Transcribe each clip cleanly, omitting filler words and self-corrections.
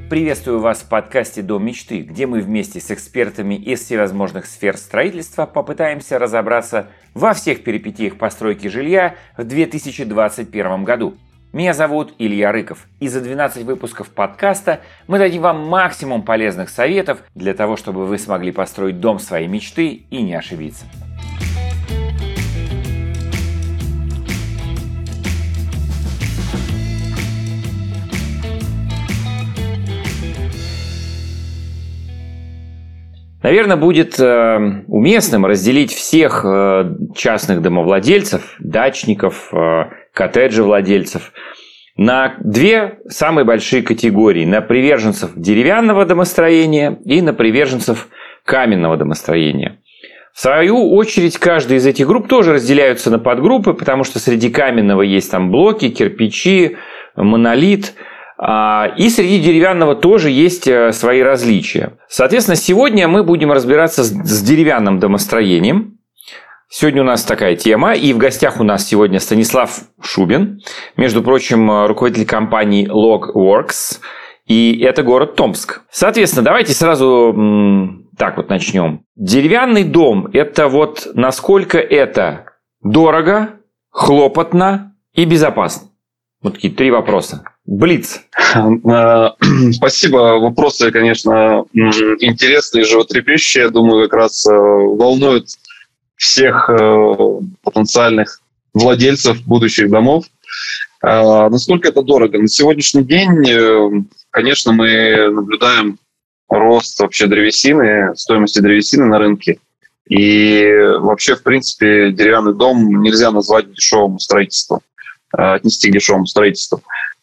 Приветствую вас в подкасте «Дом мечты», где мы вместе с экспертами из всевозможных сфер строительства попытаемся разобраться во всех перипетиях постройки жилья в 2021 году. Меня зовут Илья Рыков, и за 12 выпусков подкаста мы дадим вам максимум полезных советов для того, чтобы вы смогли построить дом своей мечты и не ошибиться. Наверное, будет уместным разделить всех частных домовладельцев, дачников, коттеджевладельцев на две самые большие категории. На приверженцев деревянного домостроения и на приверженцев каменного домостроения. В свою очередь, каждая из этих групп тоже разделяются на подгруппы, потому что среди каменного есть там блоки, кирпичи, монолит. И среди деревянного тоже есть свои различия. Соответственно, сегодня мы будем разбираться с деревянным домостроением. Сегодня у нас такая тема. И в гостях у нас сегодня Станислав Шубин. Между прочим, руководитель компании LogWorks. И это город Томск. Соответственно, давайте сразу так вот начнем. Деревянный дом – это вот насколько это дорого, хлопотно и безопасно? Вот такие три вопроса. Блиц. Спасибо. Вопросы, конечно, интересные, животрепещущие. Я думаю, как раз волнуют всех потенциальных владельцев будущих домов. Насколько это дорого? На сегодняшний день, конечно, мы наблюдаем рост вообще древесины, стоимости древесины на рынке. И вообще, в принципе, деревянный дом нельзя назвать дешевым строительством, отнести к дешевому строительству.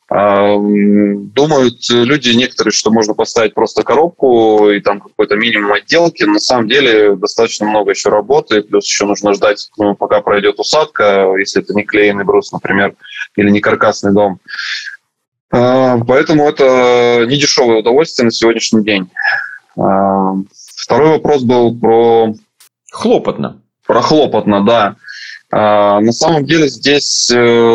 Думают люди некоторые, что можно поставить просто коробку и там какой-то минимум отделки. На самом деле достаточно много еще работы, плюс еще нужно ждать, пока пройдет усадка, если это не клееный брус, например, или не каркасный дом. Поэтому это не дешевое удовольствие на сегодняшний день. Второй вопрос был про... Хлопотно. Про хлопотно, да. На самом деле здесь...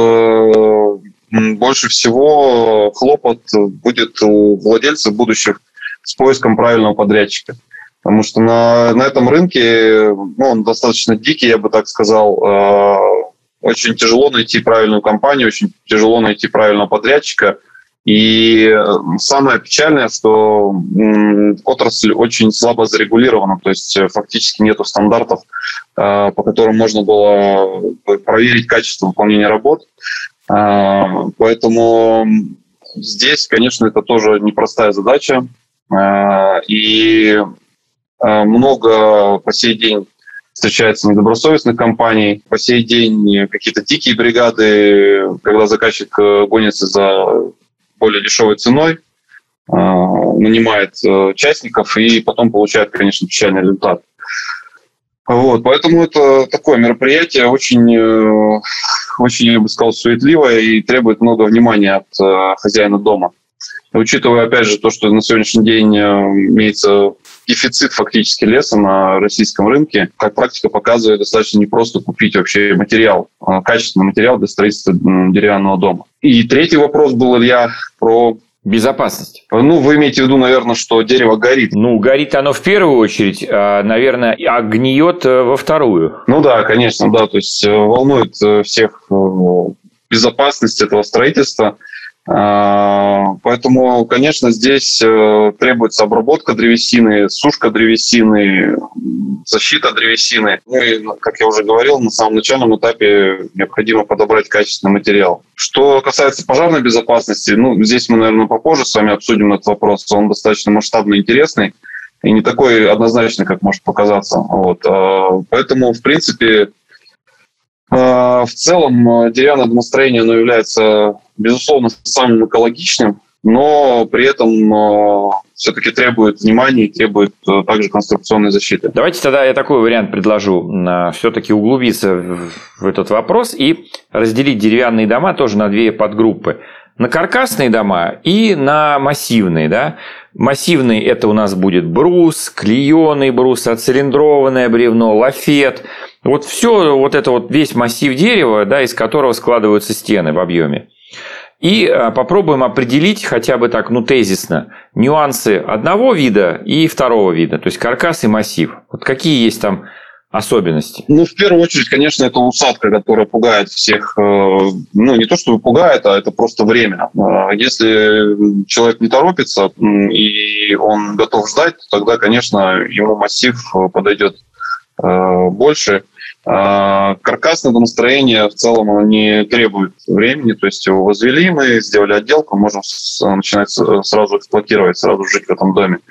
Больше всего хлопот будет у владельцев будущих с поиском правильного подрядчика. Потому что на этом рынке, он достаточно дикий, я бы так сказал. Очень тяжело найти правильную компанию, очень тяжело найти правильного подрядчика. И самое печальное, что отрасль очень слабо зарегулирована, то есть фактически нету стандартов, по которым можно было проверить качество выполнения работ. Поэтому здесь, конечно, это тоже непростая задача. И много по сей день встречается недобросовестных компаний. По сей день какие-то дикие бригады, когда заказчик гонится за более дешевой ценой, нанимает частников и потом получает, конечно, печальный результат. Вот, поэтому это такое мероприятие очень, я бы сказал, суетливое и требует много внимания от хозяина дома. И учитывая, опять же, то, что на сегодняшний день имеется дефицит фактически леса на российском рынке, как практика показывает, достаточно непросто купить вообще материал, качественный материал для строительства деревянного дома. И третий вопрос был, Илья, про... Безопасность. Вы имеете в виду, наверное, что дерево горит. Горит оно в первую очередь, наверное, а гниет во вторую. Да, конечно, да. То есть волнует всех безопасность этого строительства. Поэтому, конечно, здесь требуется обработка древесины, сушка древесины, защита древесины. И, как я уже говорил, на самом начальном этапе необходимо подобрать качественный материал. Что касается пожарной безопасности, здесь мы, наверное, попозже с вами обсудим этот вопрос. Он достаточно масштабный, интересный и не такой однозначный, как может показаться. Поэтому, в принципе, в целом деревянное домостроение является, безусловно, самым экологичным, но при этом все-таки требует внимания и требует также конструкционной защиты. Давайте тогда я такой вариант предложу. Все-таки углубиться в этот вопрос и разделить деревянные дома тоже на две подгруппы. На каркасные дома и на массивные. Да? Массивные – это у нас будет брус, клееный брус, отцилиндрованное бревно, лафет. Все, весь массив дерева, да, из которого складываются стены в объеме. и попробуем определить хотя бы так, тезисно, нюансы одного вида и второго вида, то есть каркас и массив. Вот какие есть там особенности? В первую очередь, конечно, это усадка, которая пугает всех. Не то, что пугает, а это просто время. Если человек не торопится и он готов ждать, тогда, конечно, ему массив подойдет больше. Каркасное домостроение в целом оно не требует времени, то есть его возвели, мы сделали отделку, можем начинать сразу эксплуатировать, сразу жить в этом доме.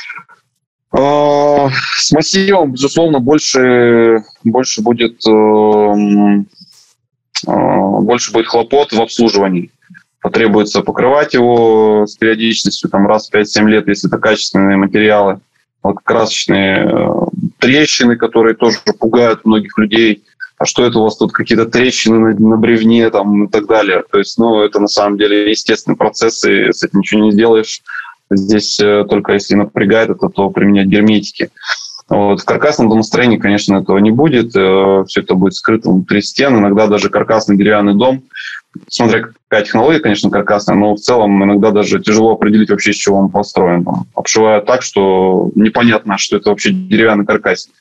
С массивом, безусловно, больше будет хлопот в обслуживании. Потребуется покрывать его с периодичностью раз в 5-7 лет, если это качественные материалы. Красочные трещины, которые тоже пугают многих людей. А что это у вас тут какие-то трещины на бревне и так далее? То есть, это на самом деле естественный процесс, и с этим ничего не сделаешь. Здесь только если напрягает это, то применять герметики. В каркасном домостроении, конечно, этого не будет. Все это будет скрыто внутри стен. Иногда даже каркасный деревянный дом, смотря какая технология, конечно, каркасная, но в целом иногда даже тяжело определить вообще, из чего он построен. Обшивают так, что непонятно, что это вообще деревянный каркасник.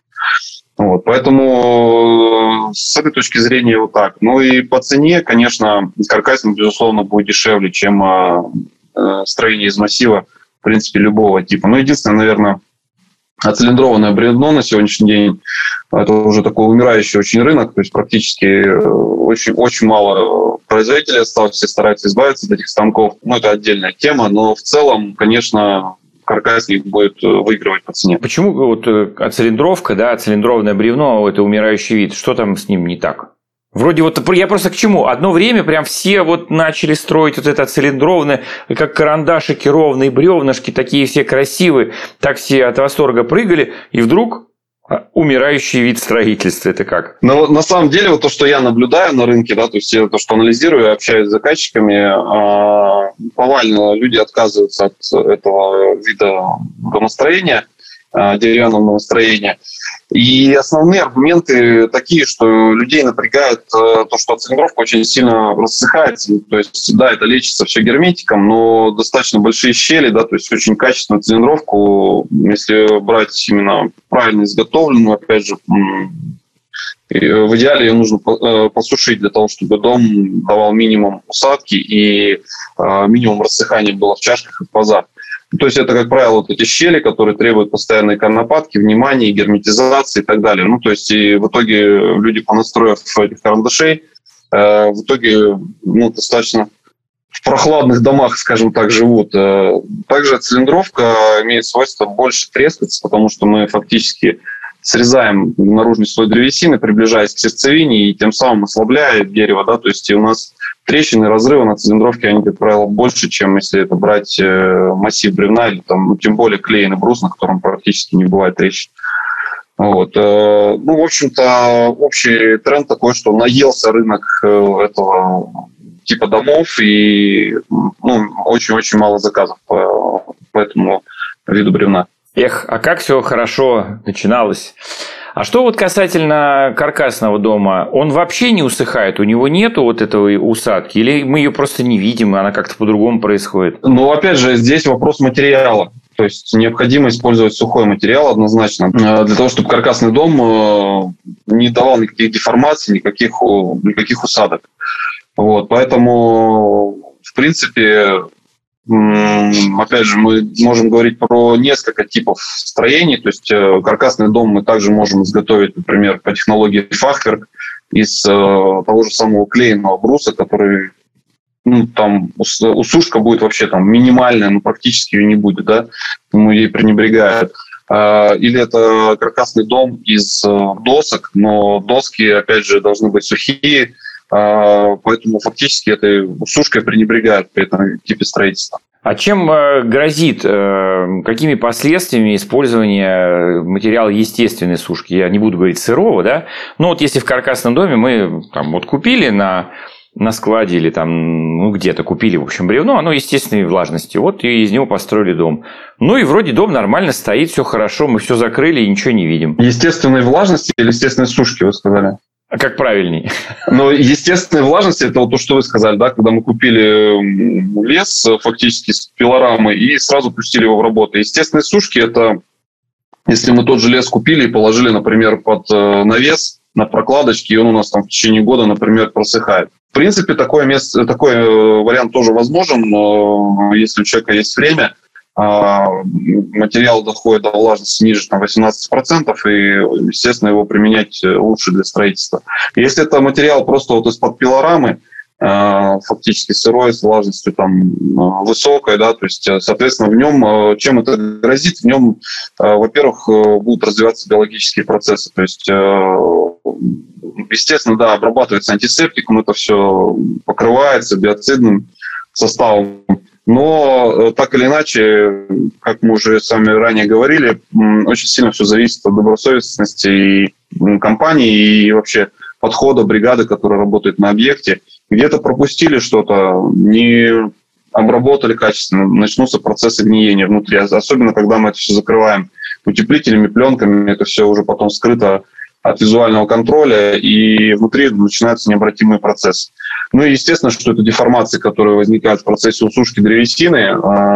Поэтому с этой точки зрения вот так. И по цене, конечно, каркасник, безусловно, будет дешевле, чем строение из массива, в принципе, любого типа. Единственное, наверное, оцилиндрованное бревно на сегодняшний день – это уже такой умирающий очень рынок, то есть практически очень, очень мало производителей осталось, все стараются избавиться от этих станков. Это отдельная тема, но в целом, конечно, каркасник будет выигрывать по цене. Почему оцилиндровка, оцилиндрованное бревно – это умирающий вид? Что там с ним не так? Вроде я просто к чему? Одно время прям все начали строить это оцилиндрованное, как карандашики, ровные бревнышки, такие все красивые, так все от восторга прыгали, и вдруг умирающий вид строительства. Это как? На самом деле, то, что я наблюдаю на рынке, то есть я то, что анализирую, общаюсь с заказчиками, повально люди отказываются от этого вида домостроения, деревянного домостроения. И основные аргументы такие, что людей напрягает то, что оцилиндровка очень сильно рассыхается. То есть, это лечится все герметиком, но достаточно большие щели, то есть очень качественную оцилиндровку, если брать именно правильно изготовленную, опять же, в идеале ее нужно посушить для того, чтобы дом давал минимум усадки и минимум рассыхания было в чашках и в пазах. То есть это, как правило, эти щели, которые требуют постоянной конопатки, внимания, герметизации и так далее. То есть и в итоге люди, понастроив этих карандашей, в итоге достаточно в прохладных домах, скажем так, живут. Также цилиндровка имеет свойство больше трескаться, потому что мы фактически срезаем наружный слой древесины, приближаясь к сердцевине, и тем самым ослабляя дерево. То есть и у нас трещины, разрывы на цилиндровке, они, как правило, больше, чем если это брать массив бревна или тем более клееный брус, на котором практически не бывает трещин. В общем-то, общий тренд такой, что наелся рынок этого типа домов, и очень-очень мало заказов по этому виду бревна. А как все хорошо начиналось. А что касательно каркасного дома? Он вообще не усыхает? У него нету этой усадки? Или мы ее просто не видим, и она как-то по-другому происходит? Опять же, здесь вопрос материала. То есть необходимо использовать сухой материал однозначно, для того, чтобы каркасный дом не давал никаких деформаций, никаких усадок. Поэтому, в принципе, опять же, мы можем говорить про несколько типов строений. То есть каркасный дом мы также можем изготовить, например, по технологии фахверк из того же самого клееного бруса, который усушка будет вообще минимальная, практически ее не будет, ей пренебрегают. Или это каркасный дом из досок, но доски, опять же, должны быть сухие, поэтому фактически этой усушкой пренебрегают при этом типе строительства. А чем грозит, какими последствиями использование материала естественной сушки? Я не буду говорить сырого, если в каркасном доме мы купили на складе или где-то купили, в общем, бревно, оно естественной влажности, и из него построили дом. И вроде дом нормально стоит, все хорошо, мы все закрыли и ничего не видим. Естественной влажности или естественной сушки, вы сказали? А как правильней? Но естественная влажность – это вот то, что вы сказали, да, когда мы купили лес фактически с пилорамой и сразу пустили его в работу. Естественные сушки – это если мы тот же лес купили и положили, например, под навес на прокладочке, и он у нас там в течение года, например, просыхает. В принципе, такой вариант тоже возможен, но если у человека есть время, материал доходит до влажности ниже 18%, и, естественно, его применять лучше для строительства. Если это материал просто вот из-под пилорамы, фактически сырой, с влажностью там высокой, да, то есть, соответственно, в нем, чем это грозит, в нем, во-первых, будут развиваться биологические процессы, то есть, естественно, да, обрабатывается антисептиком, это все покрывается биоцидным составом, но так или иначе, как мы уже с вами ранее говорили, очень сильно все зависит от добросовестности и компании, и вообще подхода бригады, которая работает на объекте. Где-то пропустили что-то, не обработали качественно, начнутся процессы гниения внутри. Особенно, когда мы это все закрываем утеплителями, пленками, это все уже потом скрыто от визуального контроля, и внутри начинаются необратимые процессы. Ну и естественно, что это деформации, которые возникают в процессе усушки древесины,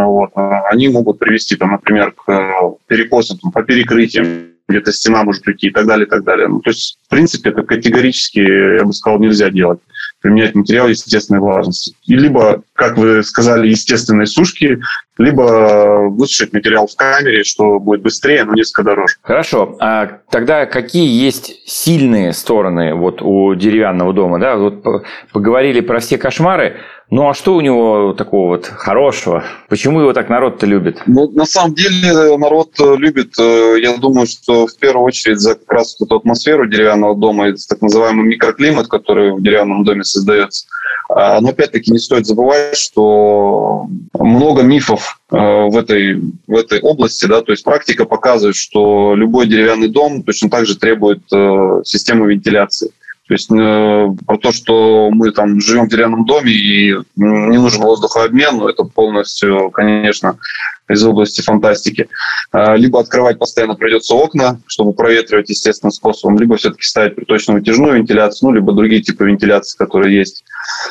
они могут привести, там, например, к перекосам по перекрытиям, где-то стена может уйти и так далее, и так далее. Ну, то есть, в принципе, это категорически, я бы сказал, нельзя делать. Применять материал естественной влажности. И либо, как вы сказали, естественной сушки, либо высушить материал в камере, что будет быстрее, но несколько дороже. Хорошо. А тогда какие есть сильные стороны вот у деревянного дома? Да? Вот поговорили про все кошмары. Ну, а что у него такого вот хорошего? Почему его так народ-то любит? Ну, на самом деле народ любит, я думаю, что в первую очередь за как раз эту атмосферу деревянного дома, так называемый микроклимат, который в деревянном доме создается. Но опять-таки не стоит забывать, что много мифов в этой области, да, то есть практика показывает, что любой деревянный дом точно так же требует системы вентиляции. То есть про то, что мы там живем в деревянном доме и не нужен воздухообмен, но это полностью, конечно, из области фантастики. Либо открывать постоянно придется окна, чтобы проветривать естественным способом, либо все-таки ставить приточно-вытяжную вентиляцию, ну, либо другие типы вентиляции, которые есть.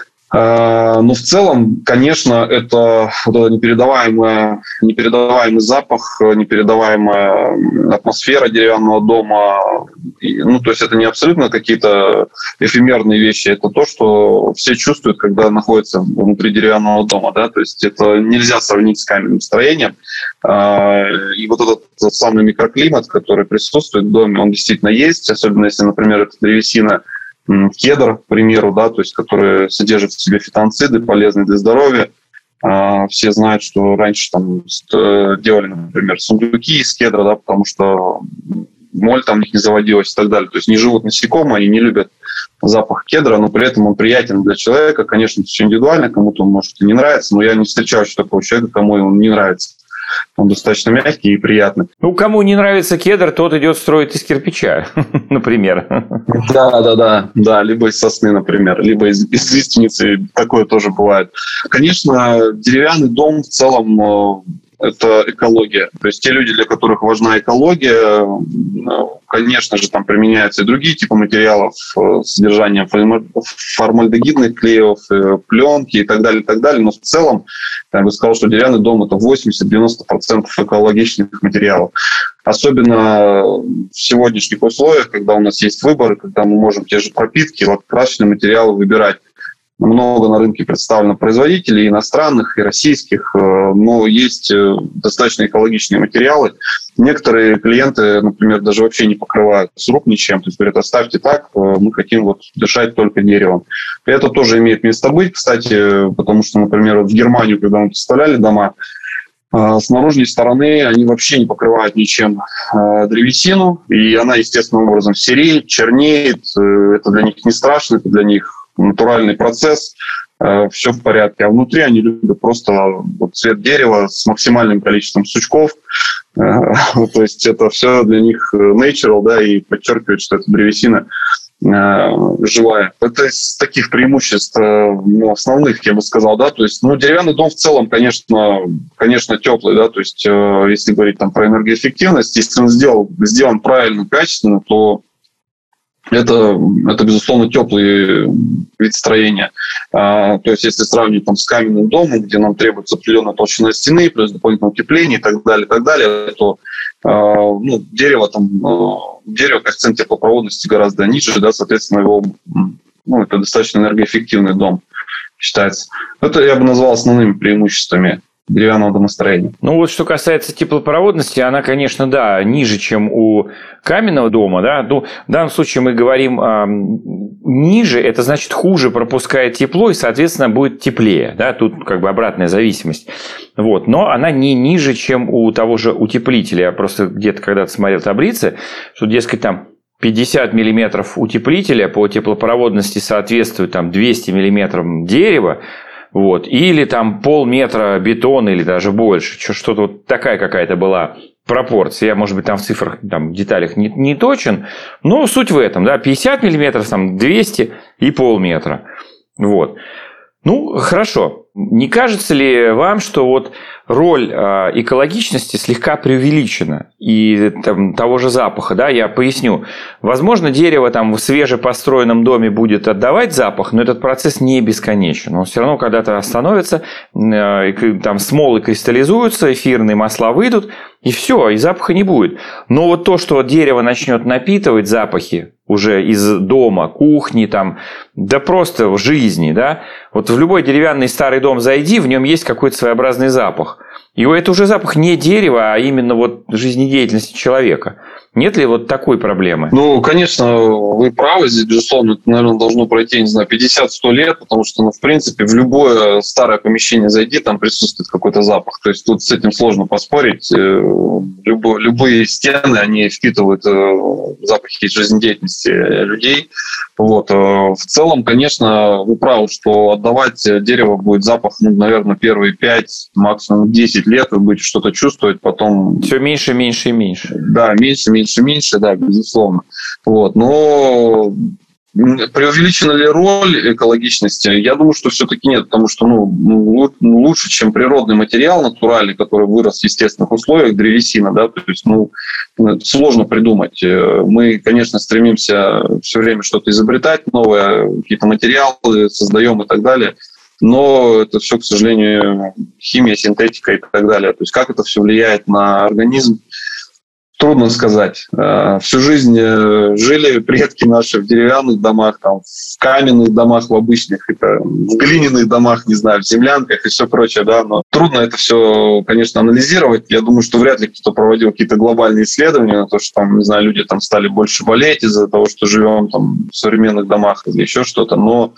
Но в целом, конечно, это непередаваемый запах, непередаваемая атмосфера деревянного дома. Ну, то есть это не абсолютно какие-то эфемерные вещи, это то, что все чувствуют, когда находятся внутри деревянного дома. Да? То есть это нельзя сравнить с каменным строением. И вот этот самый микроклимат, который присутствует в доме, он действительно есть, особенно если, например, это древесина, кедр, к примеру, да, то есть, который содержит в себе фитонциды, полезные для здоровья. Все знают, что раньше там делали, например, сундуки из кедра, да, потому что моль там в них не заводилась и так далее. То есть не живут насекомые, они не любят запах кедра, но при этом он приятен для человека. Конечно, это все индивидуально, кому-то он может и не нравится, но я не встречал еще такого человека, кому он не нравится. Он достаточно мягкий и приятный. Ну, кому не нравится кедр, тот идет строить из кирпича, например. Да, либо из сосны, например, либо из лиственницы. Такое тоже бывает. Конечно, деревянный дом в целом это экология. То есть те люди, для которых важна экология, конечно же, там применяются и другие типы материалов с содержанием формальдегидных клеев, пленки и так далее. Но в целом, я бы сказал, что деревянный дом – это 80-90% экологичных материалов. Особенно в сегодняшних условиях, когда у нас есть выборы, когда мы можем те же пропитки, лакокрасочные материалы выбирать. Много на рынке представлено производителей, иностранных и российских, но есть достаточно экологичные материалы. Некоторые клиенты, например, даже вообще не покрывают с рук ничем, то есть говорят, оставьте так, мы хотим вот дышать только деревом. И это тоже имеет место быть, кстати, потому что, например, в Германию, когда мы поставляли дома, с наружной стороны они вообще не покрывают ничем древесину, и она естественным образом сереет, чернеет, это для них не страшно, это для них натуральный процесс, все в порядке. А внутри они любят просто вот цвет дерева с максимальным количеством сучков. То есть это все для них natural, да, и подчеркивает, что это древесина живая. Это из таких преимуществ, основных, я бы сказал, да, то есть, деревянный дом в целом, конечно, теплый, да, то есть, если говорить там про энергоэффективность, если он сделан правильно, качественно, то Это, безусловно, теплый вид строения. То есть, если сравнивать там, с каменным домом, где нам требуется определенная толщина стены, плюс дополнительное утепление и так далее, то дерево, коэффициент теплопроводности гораздо ниже, да, соответственно, это достаточно энергоэффективный дом считается. Это я бы назвал основными преимуществами деревянного домостроения. Что касается теплопроводности, она, конечно, ниже, чем у каменного дома, да. В данном случае мы говорим ниже, это значит хуже пропускает тепло и, соответственно, будет теплее, да. Тут как бы обратная зависимость. Но она не ниже, чем у того же утеплителя. Я просто где-то когда-то смотрел таблицы, что, дескать, там 50 миллиметров утеплителя по теплопроводности соответствует 200 миллиметрам дерева. Или там полметра бетона, или даже больше. Что-то такая какая-то была пропорция. Я, может быть, там в цифрах, в деталях не точен. Но суть в этом. 50 миллиметров, 200 и полметра. Хорошо. Не кажется ли вам, что роль экологичности слегка преувеличена и того же запаха, да, я поясню. Возможно, дерево в свежепостроенном доме будет отдавать запах, но этот процесс не бесконечен. Он все равно когда-то остановится, смолы кристаллизуются, эфирные масла выйдут, и все, и запаха не будет. Но то, что дерево начнет напитывать запахи уже из дома, кухни, просто в жизни, да, в любой деревянный старый дом зайди, в нем есть какой-то своеобразный запах. И это уже запах не дерева, а именно жизнедеятельности человека. Нет ли такой проблемы? Конечно, вы правы. Здесь, безусловно, это, наверное, должно пройти, 50-100 лет, потому что, в принципе, в любое старое помещение зайди, там присутствует какой-то запах. То есть, тут с этим сложно поспорить. Любые стены, они впитывают запахи жизнедеятельности людей. В целом, конечно, вы правы, что отдавать дерево будет запах, наверное, первые 5, максимум 10 лет вы будете что-то чувствовать, потом... Все меньше, меньше и меньше. Да, меньше, да, безусловно. Но преувеличена ли роль экологичности? Я думаю, что все-таки нет, потому что лучше, чем природный материал натуральный, который вырос в естественных условиях, древесина, да, то есть сложно придумать. Мы, конечно, стремимся все время что-то изобретать новое, какие-то материалы создаем и так далее, но это все, к сожалению, химия, синтетика и так далее. То есть как это все влияет на организм, трудно сказать. Всю жизнь жили предки наши в деревянных домах, в каменных домах, в обычных, в глиняных домах, не знаю, в землянках и все прочее, да, но трудно это все, конечно, анализировать. Я думаю, что вряд ли кто-то проводил какие-то глобальные исследования на то, что, люди стали больше болеть из-за того, что живем в современных домах или еще что-то, но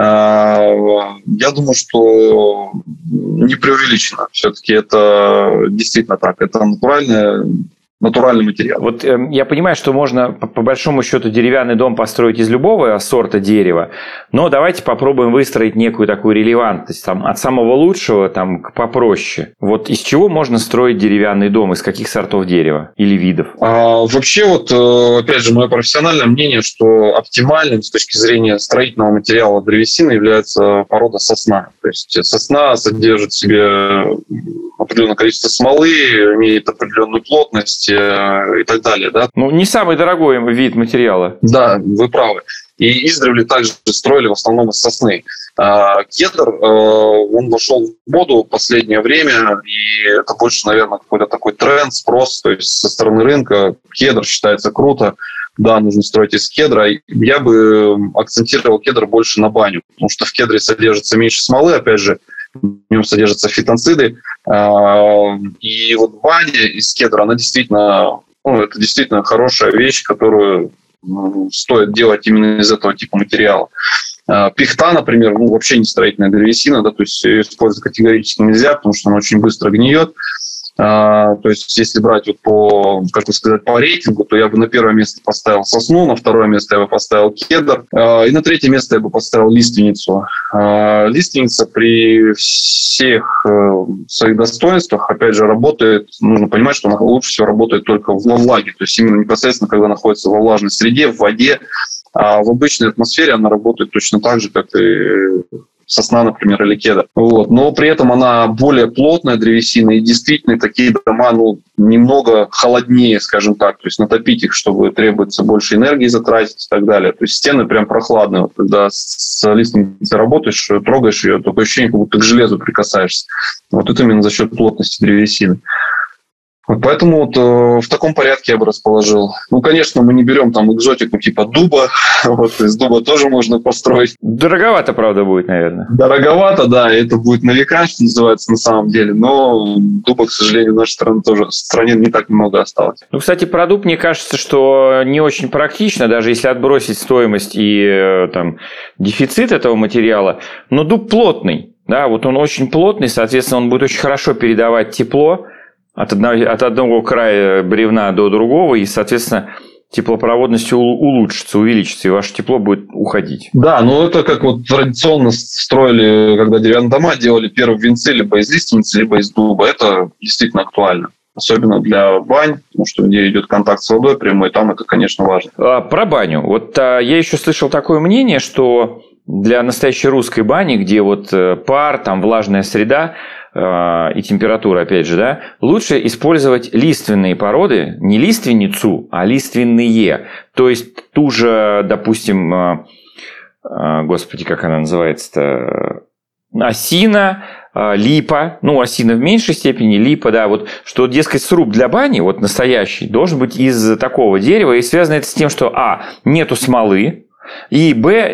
я думаю, что не преувеличено. Все-таки это действительно так. Это натуральный материал. Я понимаю, что можно по большому счету деревянный дом построить из любого сорта дерева, но давайте попробуем выстроить некую такую релевантность от самого лучшего к попроще. Из чего можно строить деревянный дом, из каких сортов дерева или видов? Вообще, опять же, мое профессиональное мнение, что оптимальным с точки зрения строительного материала древесины является порода сосна. То есть сосна содержит в себе определенное количество смолы, имеет определенную плотность и так далее. Да? Не самый дорогой вид материала. Да, вы правы. И издревле также строили в основном из сосны. Кедр, он вошел в моду в последнее время, и это больше, наверное, какой-то такой тренд, спрос, то есть со стороны рынка. Кедр считается круто. Да, нужно строить из кедра. Я бы акцентировал кедр больше на баню, потому что в кедре содержится меньше смолы, опять же, в нем содержатся фитонциды. И баня из кедра, она действительно, это действительно хорошая вещь, которую стоит делать именно из этого типа материала. Пихта, например, вообще не строительная древесина, да, то есть ее использовать категорически нельзя, потому что она очень быстро гниет. То есть, если брать по рейтингу, то я бы на первое место поставил сосну, на второе место я бы поставил кедр, и на третье место я бы поставил лиственницу. Лиственница при всех своих достоинствах, опять же, работает, нужно понимать, что она лучше всего работает только во влаге, то есть именно непосредственно, когда находится во влажной среде, в воде, а в обычной атмосфере она работает точно так же, как и сосна, например, или кедр. Вот. Но при этом она более плотная древесина, и действительно такие дома немного холоднее, скажем так. То есть натопить их, чтобы требуется больше энергии затратить и так далее. То есть стены прям прохладные. Вот, когда с листом ты работаешь, трогаешь ее, такое ощущение, как будто к железу прикасаешься. Вот это именно за счет плотности древесины. Вот поэтому в таком порядке я бы расположил. Конечно, мы не берем там экзотику типа дуба. Вот, из дуба тоже можно построить. Дороговато, правда, будет, наверное. Дороговато, да. Это будет на века, что называется, на самом деле. Но дуба, к сожалению, в нашей стране не так много осталось. Кстати, про дуб, мне кажется, что не очень практично, даже если отбросить стоимость и дефицит этого материала. Но дуб плотный. Да, вот он очень плотный, соответственно, он будет очень хорошо передавать тепло от одного края бревна до другого, и, соответственно, теплопроводность улучшится, увеличится, и ваше тепло будет уходить. Да, это как традиционно строили, когда деревянные дома, делали первые венцы либо из лиственницы, либо из дуба. Это действительно актуально. Особенно для бань, потому что где идет контакт с водой прямой, там это, конечно, важно. Про баню. Я еще слышал такое мнение, что для настоящей русской бани, где пар, там влажная среда, и температура, опять же, да, лучше использовать лиственные породы, не лиственницу, а лиственные. То есть ту же, допустим, господи, как она называется-то, осина, липа, осина в меньшей степени, липа, да, что, дескать, сруб для бани, настоящий, должен быть из такого дерева, и связано это с тем, что, нету смолы, и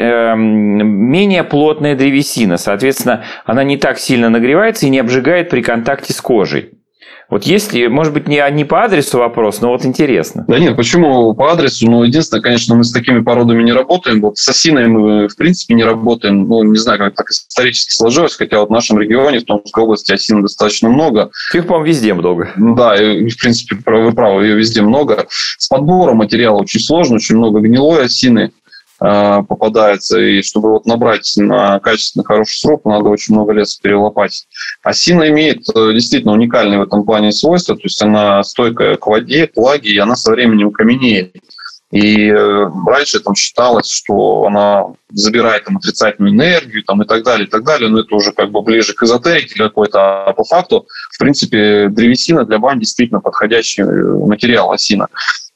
менее плотная древесина. Соответственно, она не так сильно нагревается и не обжигает при контакте с кожей. Если, может быть, не по адресу вопрос, но интересно. Да нет, почему по адресу? Единственное, конечно, мы с такими породами не работаем. С осиной мы, в принципе, не работаем. Не знаю, как так исторически сложилось, хотя в нашем регионе, в Томской области, осины достаточно много. Их, по-моему, везде много. Да, и, в принципе, вы правы, ее везде много. С подбором материала очень сложно, очень много гнилой осины попадается, и чтобы набрать на качественно хороший сруб, надо очень много леса перелопатить. Осина имеет действительно уникальные в этом плане свойства, то есть она стойкая к воде, к влаге, и она со временем каменеет. И раньше считалось, что она забирает отрицательную энергию и так далее, но это уже ближе к эзотерике какой-то, а по факту, в принципе, древесина для бань действительно подходящий материал, осина.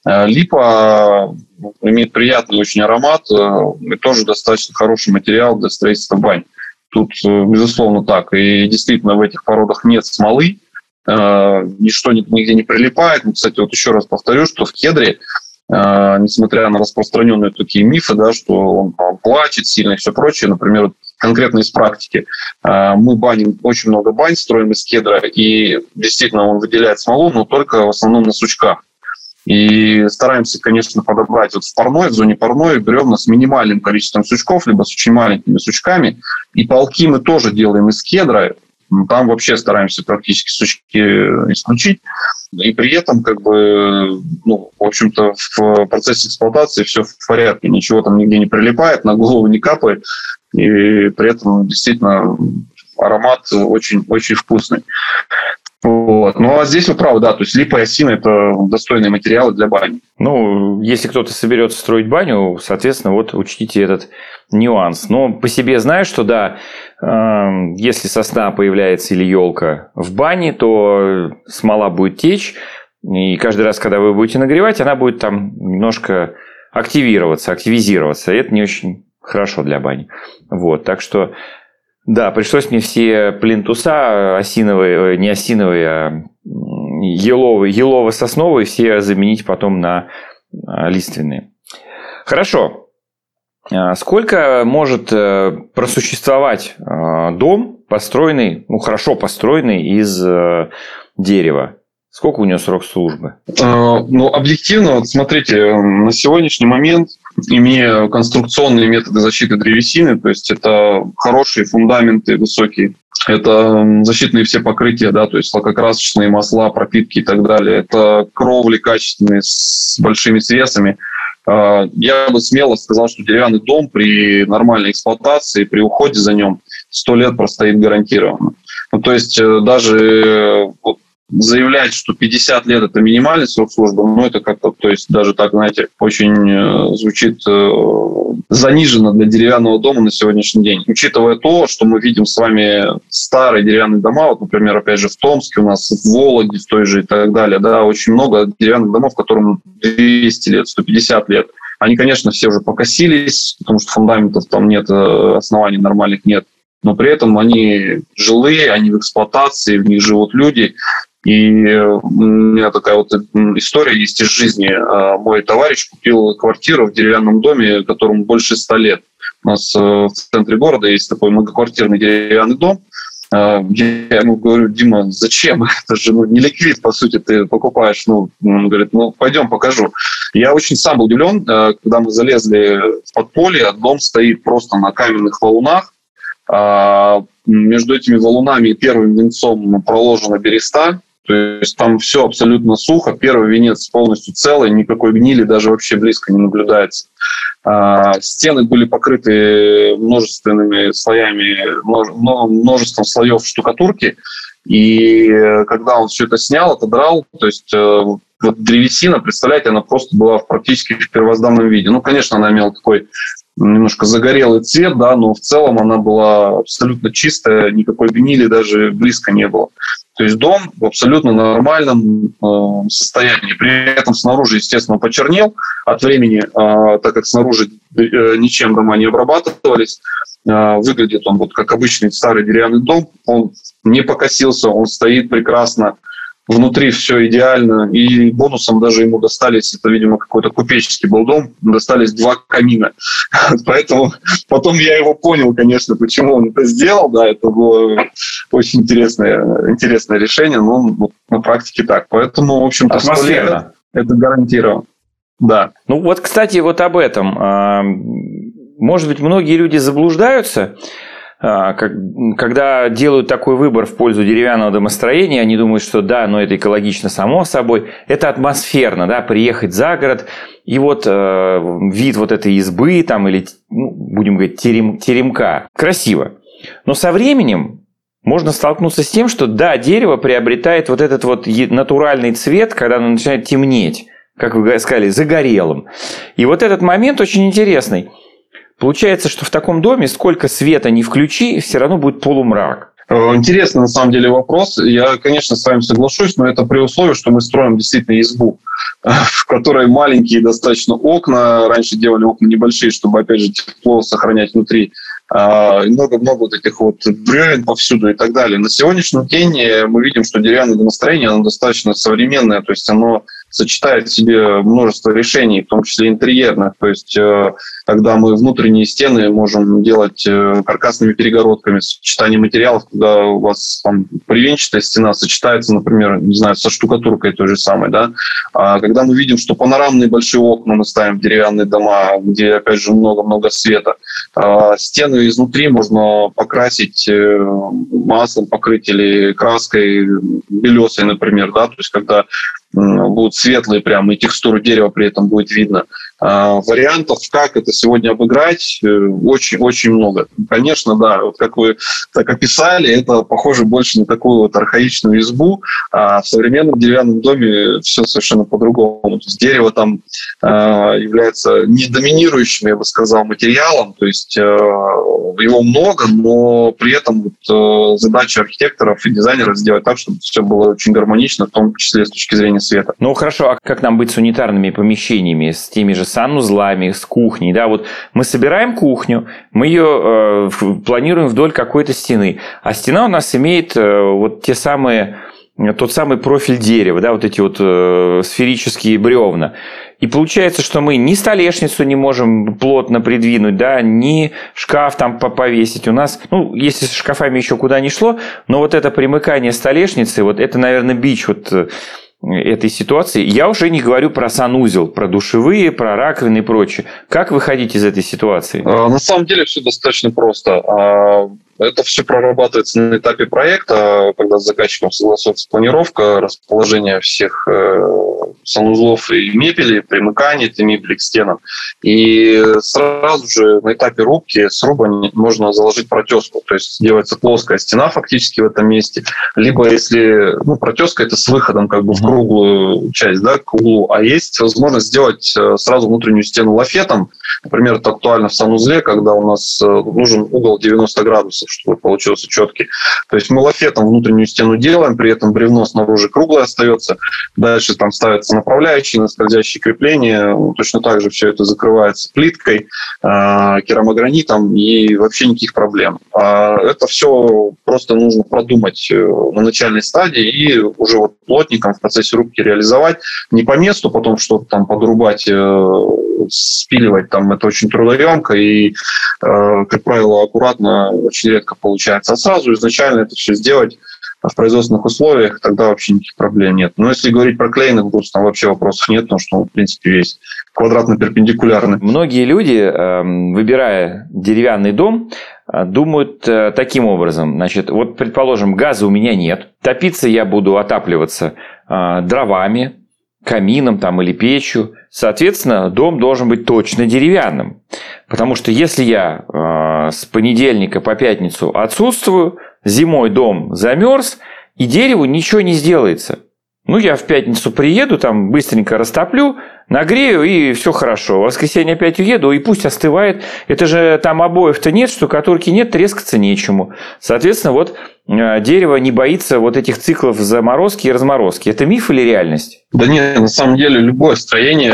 Липа имеет приятный очень аромат и тоже достаточно хороший материал для строительства бань. Тут, безусловно, так. И действительно в этих породах нет смолы, ничто нигде не прилипает. Кстати, еще раз повторю, что в кедре, несмотря на распространенные такие мифы, да, что он плачет сильно и все прочее, например, конкретно из практики, мы баним, очень много бань строим из кедра, и действительно он выделяет смолу, но только в основном на сучках. И стараемся, конечно, подобрать в зоне парной бревна с минимальным количеством сучков, либо с очень маленькими сучками. И полки мы тоже делаем из кедра. Там вообще стараемся практически сучки исключить. И при этом, в общем-то, в процессе эксплуатации все в порядке. Ничего там нигде не прилипает, на голову не капает. И при этом действительно аромат очень-очень вкусный. А здесь вы правы, да, то есть липа и осина – это достойные материалы для бани. Если кто-то соберется строить баню, соответственно, учтите этот нюанс. Но по себе знаю, что да, если сосна появляется или елка в бане, то смола будет течь, и каждый раз, когда вы будете нагревать, она будет там немножко активизироваться, и это не очень хорошо для бани. Так что... Да, пришлось мне все плинтуса осиновые, не осиновые, а елово-сосновые все заменить потом на лиственные. Хорошо. Сколько может просуществовать дом, построенный, хорошо построенный из дерева? Сколько у него срок службы? Объективно, смотрите, на сегодняшний момент, имея конструкционные методы защиты древесины, то есть это хорошие фундаменты высокие, это защитные все покрытия, да, то есть лакокрасочные масла, пропитки и так далее, это кровли качественные с большими свесами. Я бы смело сказал, что деревянный дом при нормальной эксплуатации, при уходе за нем 100 лет простоит гарантированно. То есть даже заявлять, что 50 лет – это минимальный срок службы, но это как-то, то есть даже так, знаете, очень звучит заниженно для деревянного дома на сегодняшний день. Учитывая то, что мы видим с вами старые деревянные дома, вот, например, опять же, в Томске у нас, в Вологде, в той же и так далее, да, очень много деревянных домов, которым 200 лет, 150 лет. Они, конечно, все уже покосились, потому что фундаментов там нет, оснований нормальных нет. Но при этом они жилые, они в эксплуатации, в них живут люди. И у меня такая вот история есть из жизни. Мой товарищ купил квартиру в деревянном доме, которому больше 100 лет. У нас в центре города есть такой многоквартирный деревянный дом. Я ему говорю: Дима, зачем? Это же не ликвид, по сути, ты покупаешь. Он говорит: пойдем, покажу. Я очень сам был удивлен, когда мы залезли в подполье, дом стоит просто на каменных валунах. Между этими валунами и первым венцом проложена береста. То есть там все абсолютно сухо. Первый венец полностью целый, никакой гнили даже вообще близко не наблюдается. Стены были покрыты множественными слоями, множеством слоев штукатурки. И когда он все это снял, отодрал, то есть вот древесина, представляете, она просто была практически в первозданном виде. Конечно, она имела такой немножко загорелый цвет, да, но в целом она была абсолютно чистая, никакой гнили даже близко не было. То есть дом в абсолютно нормальном состоянии. При этом снаружи, естественно, почернел от времени, так как снаружи ничем дома не обрабатывались. Выглядит он вот как обычный старый деревянный дом. Он не покосился, он стоит прекрасно. Внутри все идеально. И бонусом даже ему достались, это, видимо, какой-то купеческий был дом, достались 2 камина. Поэтому потом я его понял, конечно, почему он это сделал. Да, это было очень интересное решение, но на практике так. Поэтому, в общем-то, 100 лет это гарантировано. Да. Вот, кстати, вот об этом. Может быть, многие люди заблуждаются, когда делают такой выбор в пользу деревянного домостроения. Они думают, что да, но это экологично само собой, это атмосферно, да, приехать за город, и вот вид вот этой избы там, или, будем говорить, теремка. Красиво. Но со временем можно столкнуться с тем, что да, дерево приобретает вот этот вот натуральный цвет, когда оно начинает темнеть, как вы сказали, загорелым. И вот этот момент очень интересный. Получается, что в таком доме сколько света ни включи, все равно будет полумрак. Интересный, на самом деле, вопрос. Я, конечно, с вами соглашусь, но это при условии, что мы строим действительно избу, в которой маленькие достаточно окна. Раньше делали окна небольшие, чтобы, опять же, тепло сохранять внутри. Много-много вот этих вот бревен повсюду и так далее. На сегодняшний день мы видим, что деревянное домостроение, оно достаточно современное, то есть оно сочетает в себе множество решений, в том числе интерьерных. То есть когда мы внутренние стены можем делать каркасными перегородками, сочетание материалов, когда у вас там бревенчатая стена сочетается, например, не знаю, со штукатуркой той же самой, да. А когда мы видим, что панорамные большие окна мы ставим в деревянные дома, где, опять же, много-много света, стены изнутри можно покрасить маслом, покрыть или краской белесой, например, да, то есть когда будут светлые прямо, и текстуру дерева при этом будет видно. Вариантов, как это сегодня обыграть, очень-очень много. Конечно, да, вот как вы так описали, это похоже больше на такую вот архаичную избу, а в современном деревянном доме все совершенно по-другому. То есть дерево там является не доминирующим, я бы сказал, материалом, то есть его много, но при этом вот задача архитекторов и дизайнеров сделать так, чтобы все было очень гармонично, в том числе с точки зрения света. Ну хорошо, а как нам быть с унитарными помещениями, с теми же санузлами, с кухней? Да, вот мы собираем кухню, мы ее планируем вдоль какой-то стены, а стена у нас имеет вот тот самый профиль дерева, да, вот эти вот сферические бревна. И получается, что мы ни столешницу не можем плотно придвинуть, да, ни шкаф там повесить. У нас, если с шкафами еще куда ни шло, но вот это примыкание столешницы, вот это, наверное, бич вот этой ситуации. Я уже не говорю про санузел, про душевые, про раковины и прочее. Как выходить из этой ситуации? На самом деле все достаточно просто. Это все прорабатывается на этапе проекта, когда с заказчиком согласуется планировка, расположение всех санузлов и мебели, примыкания этой мебели к стенам. И сразу же на этапе рубки с руба можно заложить протеску. То есть делается плоская стена фактически в этом месте. Либо если протеска это с выходом как бы в круглую часть, да, к углу, а есть возможность сделать сразу внутреннюю стену лафетом. Например, это актуально в санузле, когда у нас нужен угол 90 градусов, чтобы получился четкий. То есть мы лафетом внутреннюю стену делаем, при этом бревно снаружи круглое остается. Дальше там ставятся направляющие на скользящие крепления. Точно так же все это закрывается плиткой, керамогранитом, и вообще никаких проблем. Это все просто нужно продумать на начальной стадии и уже вот плотникам в процессе рубки реализовать. Не по месту, потом что-то там подрубать, спиливать, там это очень трудоемко и, как правило, аккуратно очень редко получается. А сразу изначально это все сделать в производственных условиях, тогда вообще никаких проблем нет. Но если говорить про клееный брус, там вообще вопросов нет, потому что он, в принципе, весь квадратно-перпендикулярный. Многие люди, выбирая деревянный дом, думают таким образом. Значит, вот, предположим, газа у меня нет, топиться я буду, отапливаться дровами, камином там, или печью. Соответственно, дом должен быть точно деревянным. Потому что если я с понедельника по пятницу отсутствую, зимой дом замерз, и дереву ничего не сделается. Я в пятницу приеду, там быстренько растоплю, нагрею, и все хорошо. В воскресенье опять уеду, и пусть остывает. Это же там обоев-то нет, штукатурки нет, трескаться нечему. Соответственно, вот дерево не боится вот этих циклов заморозки и разморозки. Это миф или реальность? Да нет, на самом деле любое строение,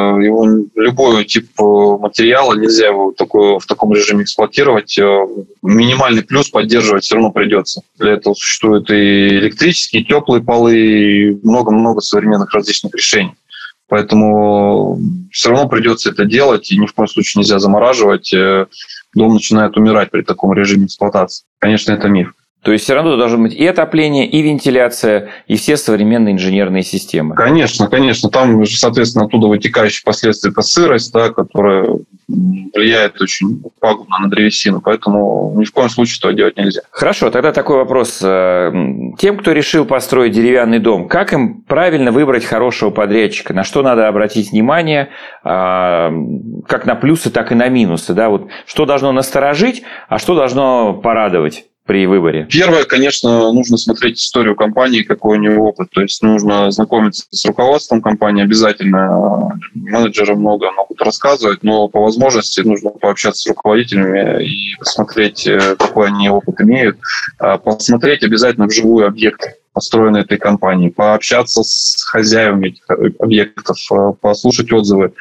любой тип материала, нельзя его в таком режиме эксплуатировать. Минимальный плюс поддерживать все равно придется. Для этого существуют и электрические, и теплые полы, и много-много современных различных решений. Поэтому все равно придется это делать, и ни в коем случае нельзя замораживать. Дом начинает умирать при таком режиме эксплуатации. Конечно, это миф. То есть все равно должно быть и отопление, и вентиляция, и все современные инженерные системы. Конечно, конечно. Там, соответственно, оттуда вытекающие последствия – это сырость, да, которая влияет очень пагубно на древесину. Поэтому ни в коем случае этого делать нельзя. Хорошо, тогда такой вопрос. Тем, кто решил построить деревянный дом, как им правильно выбрать хорошего подрядчика? На что надо обратить внимание, как на плюсы, так и на минусы? Да? Вот что должно насторожить, а что должно порадовать при выборе? Первое, конечно, нужно смотреть историю компании, какой у него опыт. То есть нужно знакомиться с руководством компании обязательно. Менеджеры много могут рассказывать, но по возможности нужно пообщаться с руководителями и посмотреть, какой они опыт имеют. Посмотреть обязательно вживую объекты, построенные этой компанией, пообщаться с хозяевами этих объектов, послушать отзывы,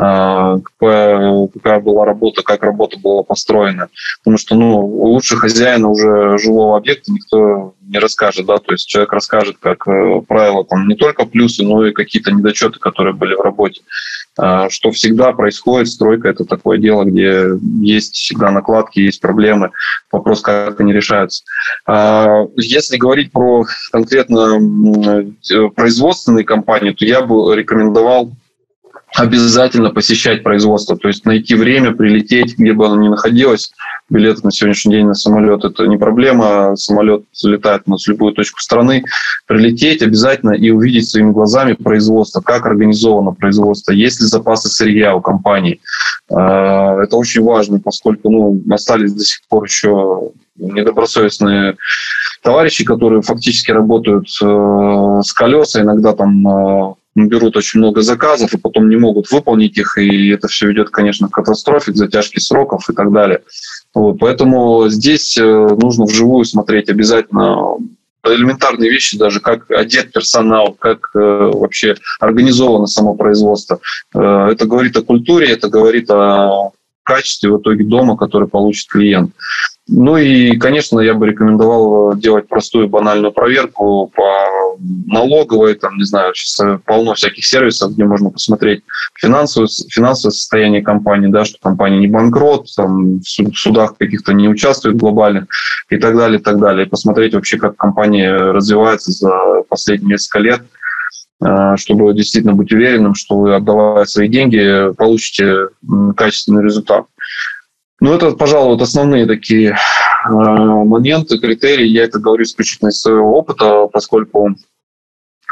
какая была работа, как работа была построена. Потому что лучше хозяина уже жилого объекта никто не расскажет. Да? То есть человек расскажет, как правило, там не только плюсы, но и какие-то недочеты, которые были в работе. Что всегда происходит, стройка – это такое дело, где есть всегда накладки, есть проблемы, вопрос, как они решаются. Если говорить про конкретно производственные компании, то я бы рекомендовал обязательно посещать производство, то есть найти время, прилететь, где бы оно ни находилось. Билет на сегодняшний день на самолет – это не проблема. Самолет летает у нас в любую точку страны. Прилететь обязательно и увидеть своими глазами производство, как организовано производство, есть ли запасы сырья у компании. Это очень важно, поскольку остались до сих пор еще недобросовестные товарищи, которые фактически работают с колеса, иногда там берут очень много заказов и потом не могут выполнить их, и это все ведет, конечно, к катастрофе, к затяжке сроков и так далее. Поэтому здесь нужно вживую смотреть обязательно элементарные вещи, даже как одет персонал, как вообще организовано само производство. Это говорит о культуре, это говорит о качестве в итоге дома, который получит клиент. И, конечно, я бы рекомендовал делать простую банальную проверку по налоговой, не знаю, сейчас полно всяких сервисов, где можно посмотреть финансовое состояние компании, да, что компания не банкрот, в судах каких-то не участвует глобальных и так далее, и так далее. И посмотреть вообще, как компания развивается за последние несколько лет, чтобы действительно быть уверенным, что вы, отдавая свои деньги, получите качественный результат. Это, пожалуй, основные такие моменты, критерии. Я это говорю исключительно из своего опыта, поскольку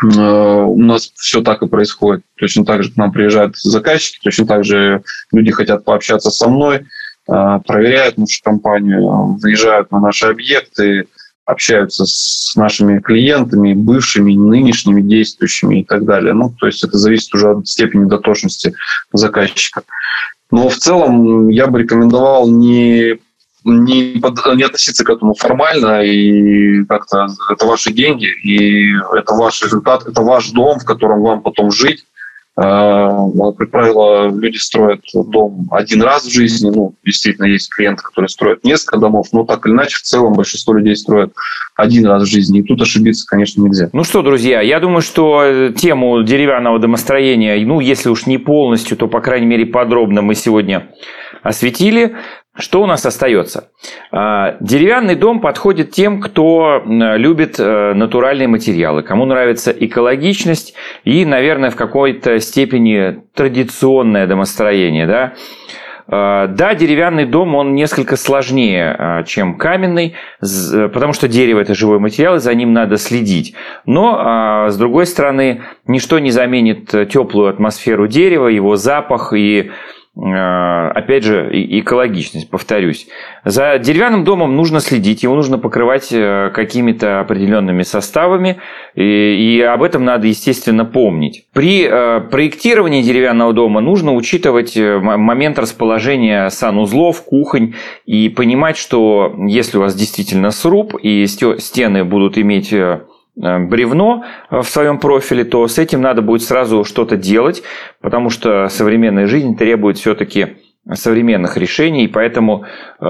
у нас все так и происходит. Точно так же к нам приезжают заказчики, точно так же люди хотят пообщаться со мной, проверяют нашу компанию, выезжают на наши объекты, общаются с нашими клиентами, бывшими, нынешними, действующими и так далее. То есть это зависит уже от степени дотошности заказчика. Но в целом я бы рекомендовал не относиться к этому формально, и как-то это ваши деньги, и это ваш результат, это ваш дом, в котором вам потом жить. Как правило, люди строят дом один раз в жизни. Действительно, есть клиенты, которые строят несколько домов, но так или иначе, в целом большинство людей строят один раз в жизни. И тут ошибиться, конечно, нельзя. Ну что, друзья, я думаю, что тему деревянного домостроения, если уж не полностью, то, по крайней мере, подробно мы сегодня осветили. Что у нас остается? Деревянный дом подходит тем, кто любит натуральные материалы, кому нравится экологичность и, наверное, в какой-то степени традиционное домостроение. Да, деревянный дом, он несколько сложнее, чем каменный, потому что дерево – это живой материал, и за ним надо следить. Но, с другой стороны, ничто не заменит теплую атмосферу дерева, его запах и, опять же, экологичность, повторюсь. За деревянным домом нужно следить, его нужно покрывать какими-то определенными составами, и об этом надо, естественно, помнить. При проектировании деревянного дома нужно учитывать момент расположения санузлов, кухонь, и понимать, что если у вас действительно сруб, и стены будут иметь бревно в своем профиле, то с этим надо будет сразу что-то делать, потому что современная жизнь требует все-таки современных решений, и поэтому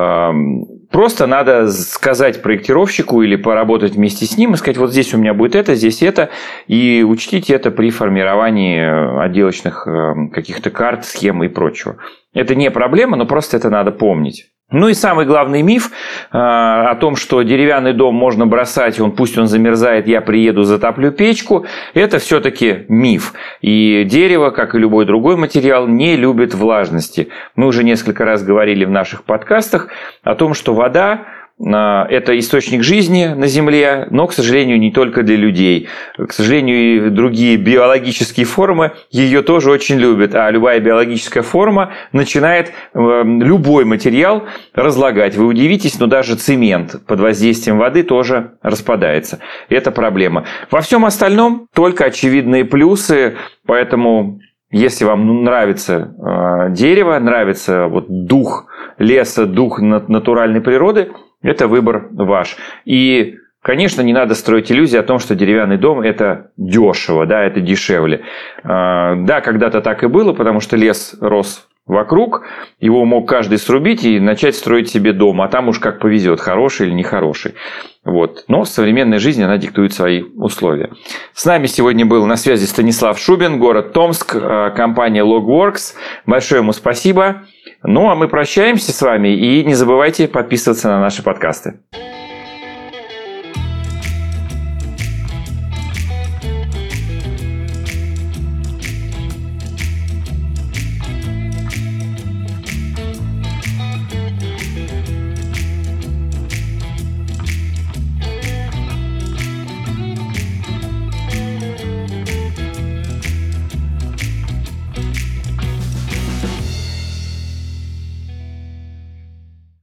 просто надо сказать проектировщику или поработать вместе с ним и сказать, вот здесь у меня будет это, здесь это, и учтите это при формировании отделочных каких-то карт, схем и прочего. Это не проблема, но просто это надо помнить. Ну и самый главный миф о том, что деревянный дом можно бросать, пусть он замерзает, я приеду, затоплю печку, это все-таки миф. И дерево, как и любой другой материал, не любит влажности. Мы уже несколько раз говорили в наших подкастах о том, что вода – это источник жизни на Земле, но, к сожалению, не только для людей. К сожалению, и другие биологические формы ее тоже очень любят. А любая биологическая форма начинает любой материал разлагать. Вы удивитесь, но даже цемент под воздействием воды тоже распадается. Это проблема. Во всем остальном только очевидные плюсы, поэтому... Если вам нравится дерево, нравится дух леса, дух натуральной природы, это выбор ваш. И, конечно, не надо строить иллюзии о том, что деревянный дом – это дешево, это дешевле. Да, когда-то так и было, потому что лес рос вокруг, его мог каждый срубить и начать строить себе дом, а там уж как повезет, хороший или нехороший. Но современная жизнь, она диктует свои условия. С нами сегодня был на связи Станислав Шубин, город Томск, компания Logworks. Большое ему спасибо. А мы прощаемся с вами и не забывайте подписываться на наши подкасты.